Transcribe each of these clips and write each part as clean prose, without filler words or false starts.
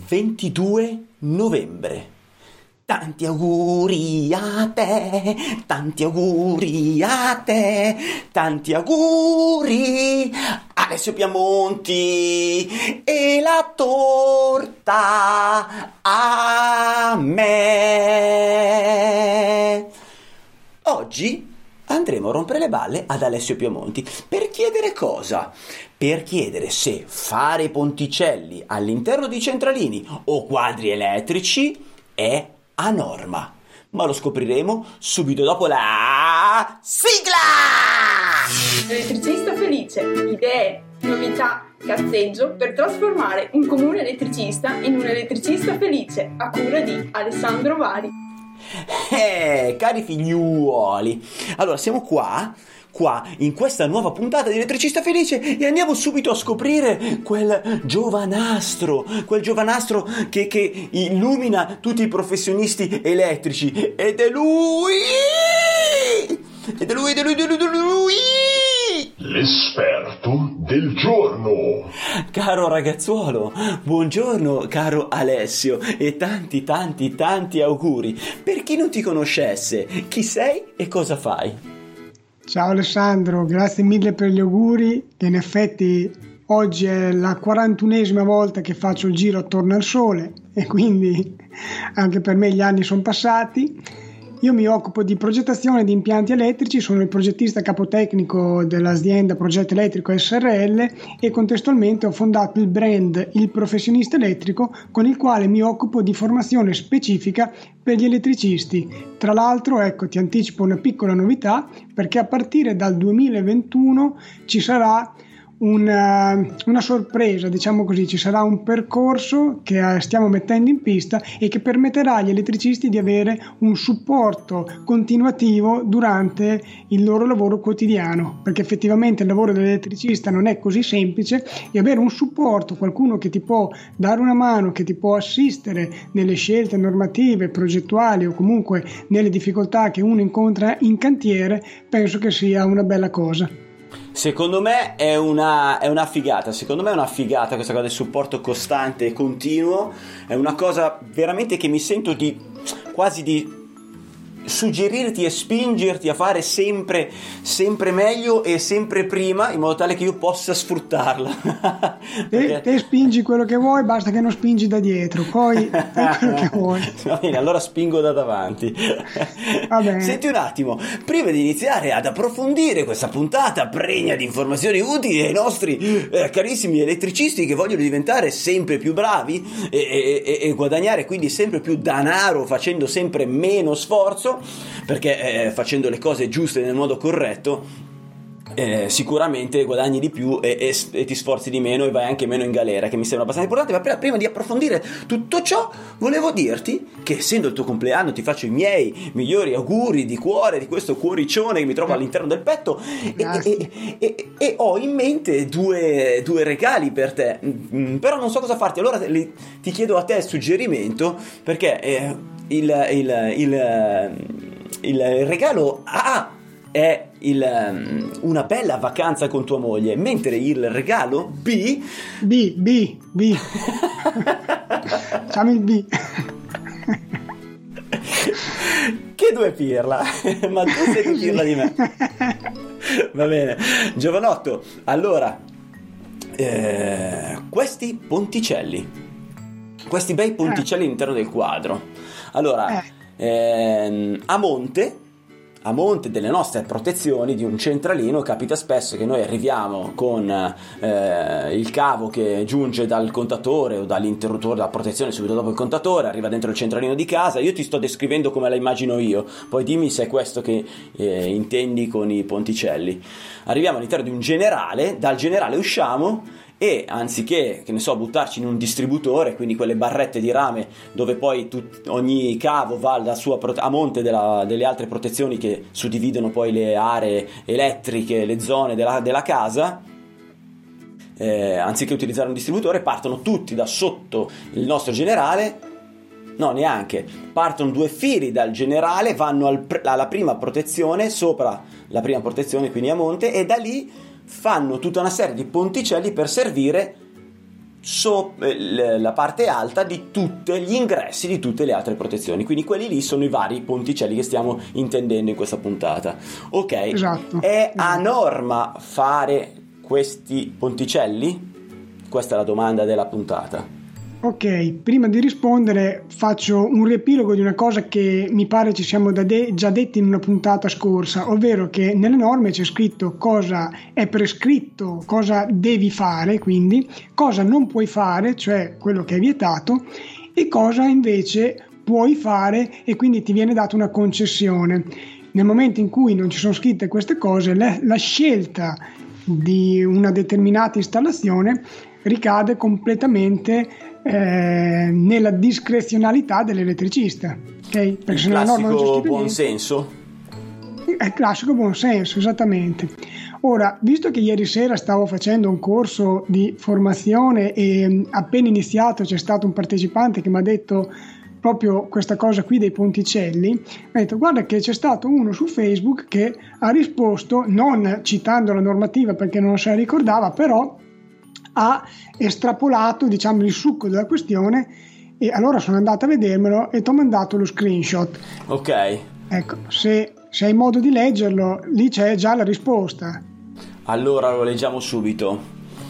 22 novembre. Tanti auguri a te, tanti auguri a te, tanti auguri Alessio Piamonti e la torta a me. Oggi andremo a rompere le balle ad Alessio Piamonti per chiedere cosa? Per chiedere se fare i ponticelli all'interno di centralini o quadri elettrici è a norma, ma lo scopriremo subito dopo la sigla! Elettricista felice, idee, novità, cazzeggio per trasformare un comune elettricista in un elettricista felice, a cura di Alessandro Vari. Cari figliuoli, allora siamo qua in questa nuova puntata di Elettricista Felice e andiamo subito a scoprire quel giovanastro che illumina tutti i professionisti elettrici ed è lui! L'esperto del giorno. Caro ragazzuolo, buongiorno caro Alessio e tanti auguri. Per chi non ti conoscesse, chi sei e cosa fai? Ciao Alessandro, grazie mille per gli auguri. In effetti oggi è la 41esima volta che faccio il giro attorno al sole e quindi anche per me gli anni sono passati. Io mi occupo di progettazione di impianti elettrici, sono il progettista capotecnico dell'azienda Progetto Elettrico SRL e contestualmente ho fondato il brand Il Professionista Elettrico, con il quale mi occupo di formazione specifica per gli elettricisti. Tra l'altro, ecco, ti anticipo una piccola novità, perché a partire dal 2021 ci sarà una sorpresa, diciamo così, ci sarà un percorso che stiamo mettendo in pista e che permetterà agli elettricisti di avere un supporto continuativo durante il loro lavoro quotidiano, perché effettivamente il lavoro dell'elettricista non è così semplice e avere un supporto, qualcuno che ti può dare una mano, che ti può assistere nelle scelte normative, progettuali o comunque nelle difficoltà che uno incontra in cantiere, penso che sia una bella cosa. Secondo me è una figata, questa cosa del supporto costante e continuo, è una cosa veramente che mi sento quasi di suggerirti e spingerti a fare sempre meglio e sempre prima, in modo tale che io possa sfruttarla. Te spingi quello che vuoi, basta che non spingi da dietro, poi fai quello che vuoi. Va bene, allora spingo da davanti. Va bene. Senti un attimo, prima di iniziare ad approfondire questa puntata pregna di informazioni utili ai nostri carissimi elettricisti che vogliono diventare sempre più bravi e guadagnare quindi sempre più denaro facendo sempre meno sforzo, perché facendo le cose giuste nel modo corretto sicuramente guadagni di più e ti sforzi di meno e vai anche meno in galera, che mi sembra abbastanza importante. Ma prima di approfondire tutto ciò volevo dirti che, essendo il tuo compleanno, ti faccio i miei migliori auguri di cuore, di questo cuoricione che mi trovo all'interno del petto e ho in mente due regali per te, però non so cosa farti. Allora ti chiedo a te il suggerimento, perché il regalo A è una bella vacanza con tua moglie, mentre il regalo B facciamo il B. Che due pirla. Ma tu sei più pirla di me. Va bene, giovanotto, allora questi bei ponticelli all'interno del quadro. Allora a monte delle nostre protezioni di un centralino, capita spesso che noi arriviamo con il cavo che giunge dal contatore o dall'interruttore, dalla protezione subito dopo il contatore, arriva dentro il centralino di casa. Io ti sto descrivendo come la immagino io, poi dimmi se è questo che intendi con i ponticelli. Arriviamo all'interno di un generale, dal generale usciamo e anziché, che ne so, buttarci in un distributore, quindi quelle barrette di rame dove poi ogni cavo va a monte delle altre protezioni che suddividono poi le aree elettriche, le zone della casa, anziché utilizzare un distributore, partono tutti da sotto il nostro generale. No, neanche. Partono due fili dal generale, vanno alla prima protezione, sopra la prima protezione, quindi a monte, e da lì fanno tutta una serie di ponticelli per servire la parte alta di tutti gli ingressi di tutte le altre protezioni. Quindi quelli lì sono i vari ponticelli che stiamo intendendo in questa puntata. Ok, esatto. È a norma fare questi ponticelli? Questa è la domanda della puntata. Ok, prima di rispondere faccio un riepilogo di una cosa che mi pare ci siamo già detti in una puntata scorsa, ovvero che nelle norme c'è scritto cosa è prescritto, cosa devi fare, quindi cosa non puoi fare, cioè quello che è vietato, e cosa invece puoi fare e quindi ti viene data una concessione. Nel momento in cui non ci sono scritte queste cose, la scelta di una determinata installazione ricade completamente nella discrezionalità dell'elettricista, okay? Il classico buonsenso? È il classico buonsenso, esattamente. Ora, visto che ieri sera stavo facendo un corso di formazione e appena iniziato c'è stato un partecipante che mi ha detto proprio questa cosa qui dei ponticelli, mi ha detto guarda che c'è stato uno su Facebook che ha risposto, non citando la normativa perché non se la ricordava, però ha estrapolato, diciamo, il succo della questione, e allora sono andato a vedermelo e ti ho mandato lo screenshot. Ok. Ecco, se hai modo di leggerlo, lì c'è già la risposta. Allora lo leggiamo subito.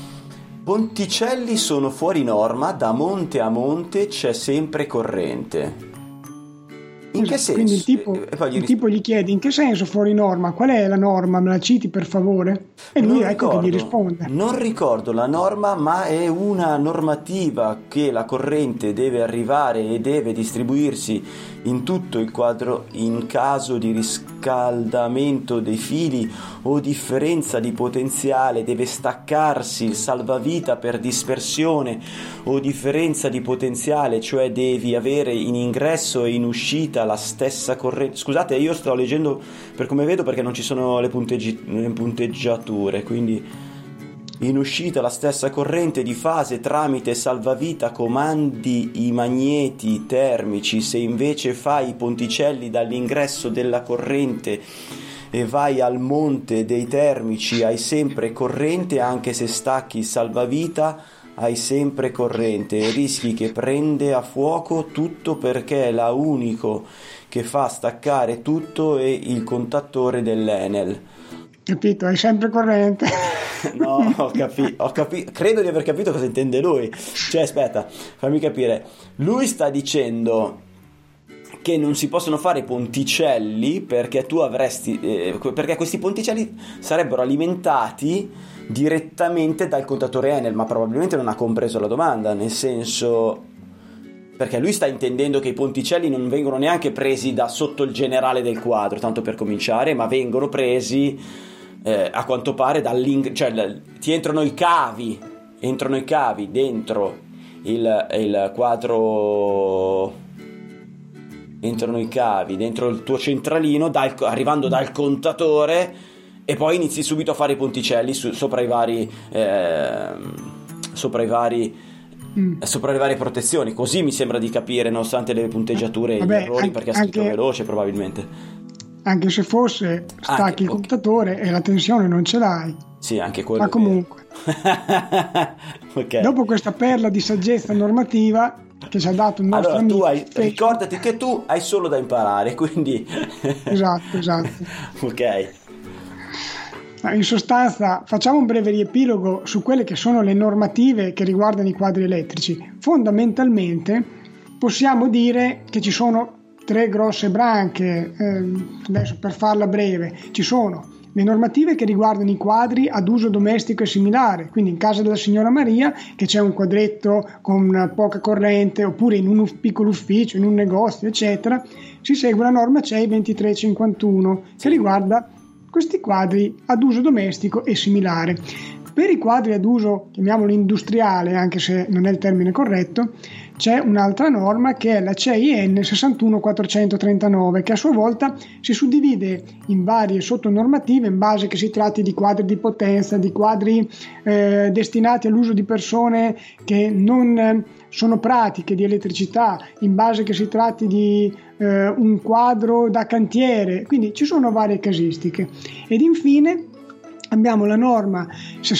Ponticelli sono fuori norma, da monte a monte c'è sempre corrente. In che senso? Quindi il tipo gli chiede in che senso fuori norma, qual è la norma, me la citi per favore? E lui che gli risponde. Non ricordo la norma, ma è una normativa che la corrente deve arrivare e deve distribuirsi in tutto il quadro in caso di riscaldamento dei fili o differenza di potenziale, deve staccarsi il salvavita per dispersione o differenza di potenziale, cioè devi avere in ingresso e in uscita la stessa corrente. Scusate, io sto leggendo per come vedo perché non ci sono le punteggiature, quindi in uscita la stessa corrente di fase tramite salvavita comandi i magneti termici. Se invece fai i ponticelli dall'ingresso della corrente e vai al monte dei termici hai sempre corrente, anche se stacchi il salvavita hai sempre corrente e rischi che prende a fuoco tutto, perché la unico che fa staccare tutto è il contattore dell'Enel. Capito, hai sempre corrente. No, ho capito, credo di aver capito cosa intende lui. Cioè, aspetta, fammi capire. Lui sta dicendo che non si possono fare ponticelli perché tu avresti perché questi ponticelli sarebbero alimentati direttamente dal contatore Enel, ma probabilmente non ha compreso la domanda, nel senso, perché lui sta intendendo che i ponticelli non vengono neanche presi da sotto il generale del quadro, tanto per cominciare, ma vengono presi a quanto pare cioè ti entrano i cavi dentro il quadro, entrano i cavi dentro il tuo centralino arrivando dal contatore, e poi inizi subito a fare i ponticelli sopra le varie protezioni. Così mi sembra di capire, nonostante le punteggiature e gli errori, perché ha scritto veloce probabilmente. Anche se fosse stacchi il contatore e la tensione non ce l'hai. Sì, anche quello. Ma comunque okay. Dopo questa perla di saggezza normativa che ci ha dato il nostro amico, ricordati che tu hai solo da imparare, quindi esatto. Ok. In sostanza facciamo un breve riepilogo su quelle che sono le normative che riguardano i quadri elettrici. Fondamentalmente possiamo dire che ci sono 3 grosse branche, adesso per farla breve. Ci sono le normative che riguardano i quadri ad uso domestico e similare, quindi in casa della signora Maria che c'è un quadretto con poca corrente, oppure in un piccolo ufficio, in un negozio, eccetera, si segue la norma CEI 2351 che riguarda questi quadri ad uso domestico e similare. Per i quadri ad uso, chiamiamolo industriale, anche se non è il termine corretto, c'è un'altra norma che è la CEIN 61439, che a sua volta si suddivide in varie sottonormative in base che si tratti di quadri di potenza, di quadri destinati all'uso di persone che non sono pratiche di elettricità, in base che si tratti di un quadro da cantiere, quindi ci sono varie casistiche. Ed infine abbiamo la norma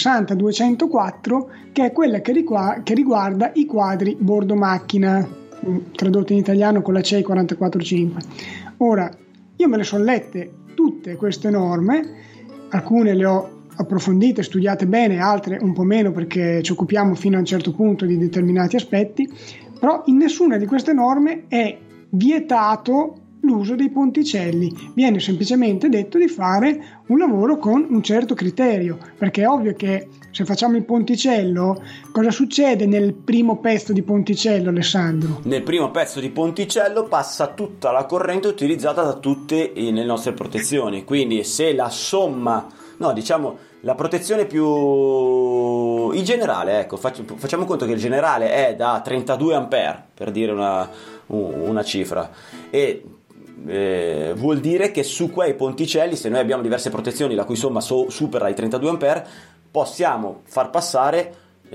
60204, che è quella che riguarda i quadri bordo macchina, tradotto in italiano con la CEI 445. Ora, io me le sono lette tutte queste norme, alcune le ho approfondite, studiate bene, altre un po' meno perché ci occupiamo fino a un certo punto di determinati aspetti, però in nessuna di queste norme è vietato l'uso dei ponticelli, viene semplicemente detto di fare un lavoro con un certo criterio, perché è ovvio che se facciamo il ponticello, cosa succede nel primo pezzo di ponticello, Alessandro? Nel primo pezzo di ponticello passa tutta la corrente utilizzata da tutte le nostre protezioni, quindi se la somma, no, diciamo la protezione più, il generale, ecco, facciamo conto che il generale è da 32 ampere, per dire una cifra, e vuol dire che su quei ponticelli, se noi abbiamo diverse protezioni la cui somma supera i 32 ampere, possiamo far passare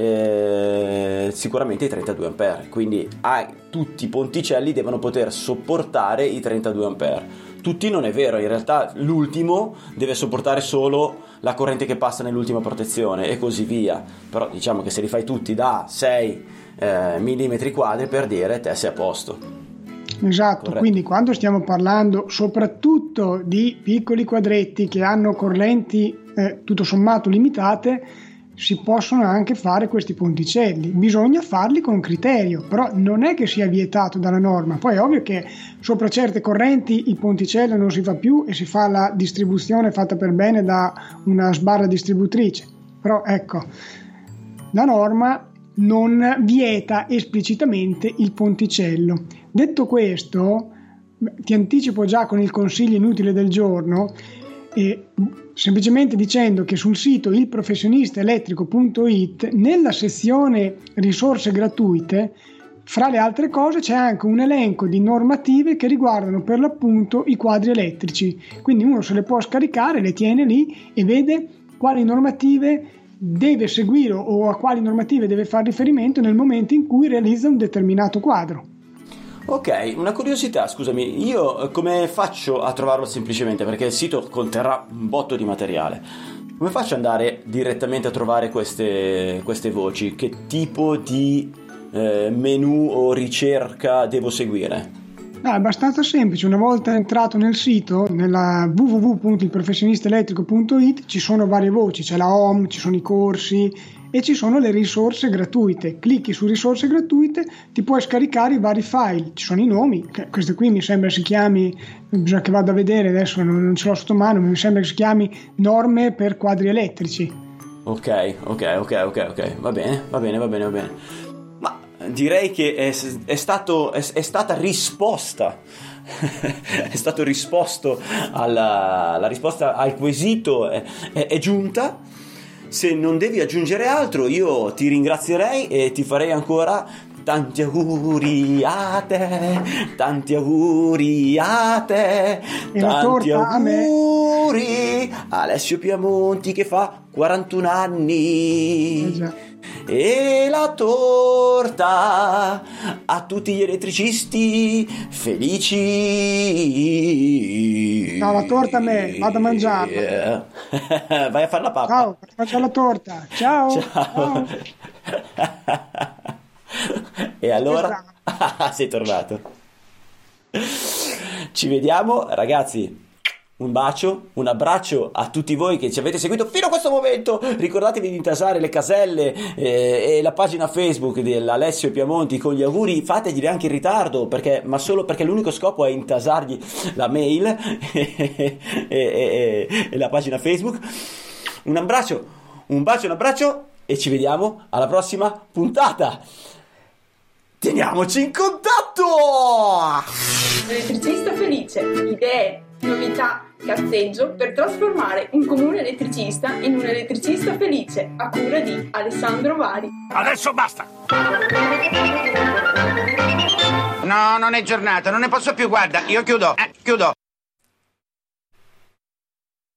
sicuramente i 32 ampere, quindi tutti i ponticelli devono poter sopportare i 32 ampere. Tutti non è vero, in realtà l'ultimo deve sopportare solo la corrente che passa nell'ultima protezione e così via, però diciamo che se li fai tutti da 6 millimetri quadri, per dire, te sei a posto. Esatto, corretto. Quindi quando stiamo parlando soprattutto di piccoli quadretti che hanno correnti tutto sommato limitate, si possono anche fare questi ponticelli, bisogna farli con criterio, però non è che sia vietato dalla norma. Poi è ovvio che sopra certe correnti il ponticello non si fa più e si fa la distribuzione fatta per bene da una sbarra distributrice, però ecco, la norma non vieta esplicitamente il ponticello. Detto questo, ti anticipo già con il consiglio inutile del giorno, semplicemente dicendo che sul sito ilprofessionistaelettrico.it, nella sezione risorse gratuite, fra le altre cose c'è anche un elenco di normative che riguardano per l'appunto i quadri elettrici, quindi uno se le può scaricare, le tiene lì e vede quali normative deve seguire o a quali normative deve fare riferimento nel momento in cui realizza un determinato quadro. Ok, una curiosità, scusami, io come faccio a trovarlo semplicemente? Perché il sito conterrà un botto di materiale. Come faccio ad andare direttamente a trovare queste voci? Che tipo di menu o ricerca devo seguire? È abbastanza semplice, una volta entrato nel sito, nella www.ilprofessionistaelettrico.it, ci sono varie voci, c'è la home, ci sono i corsi e ci sono le risorse gratuite. Clicchi su risorse gratuite, ti puoi scaricare i vari file, ci sono i nomi, questo qui mi sembra si chiami, bisogna che vado a vedere, adesso non ce l'ho sotto mano, ma mi sembra che si chiami norme per quadri elettrici. Ok, va bene. Ma direi che è stata risposta è stato risposto la risposta al quesito è giunta. Se non devi aggiungere altro, io ti ringrazierei e ti farei ancora tanti auguri a te, tanti auguri Alessio Piamonti che fa 41 anni. E la torta a tutti gli elettricisti felici. No, la torta a me, vado a mangiarla. Vai a fare la pappa. Ciao, faccio la torta. Ciao. E allora? Sei tornato. Ci vediamo, ragazzi. Un bacio, un abbraccio a tutti voi che ci avete seguito fino a questo momento. Ricordatevi di intasare le caselle e la pagina Facebook dell'Alessio Piamonti con gli auguri. Fateglieli anche in ritardo, ma solo perché l'unico scopo è intasargli la mail e la pagina Facebook. Un abbraccio, un bacio, un abbraccio e ci vediamo alla prossima puntata. Teniamoci in contatto! Elettricista felice, idee, novità, cazzeggio per trasformare un comune elettricista in un elettricista felice, a cura di Alessandro Vari. Adesso basta! No, non è giornata, non ne posso più, guarda, io chiudo.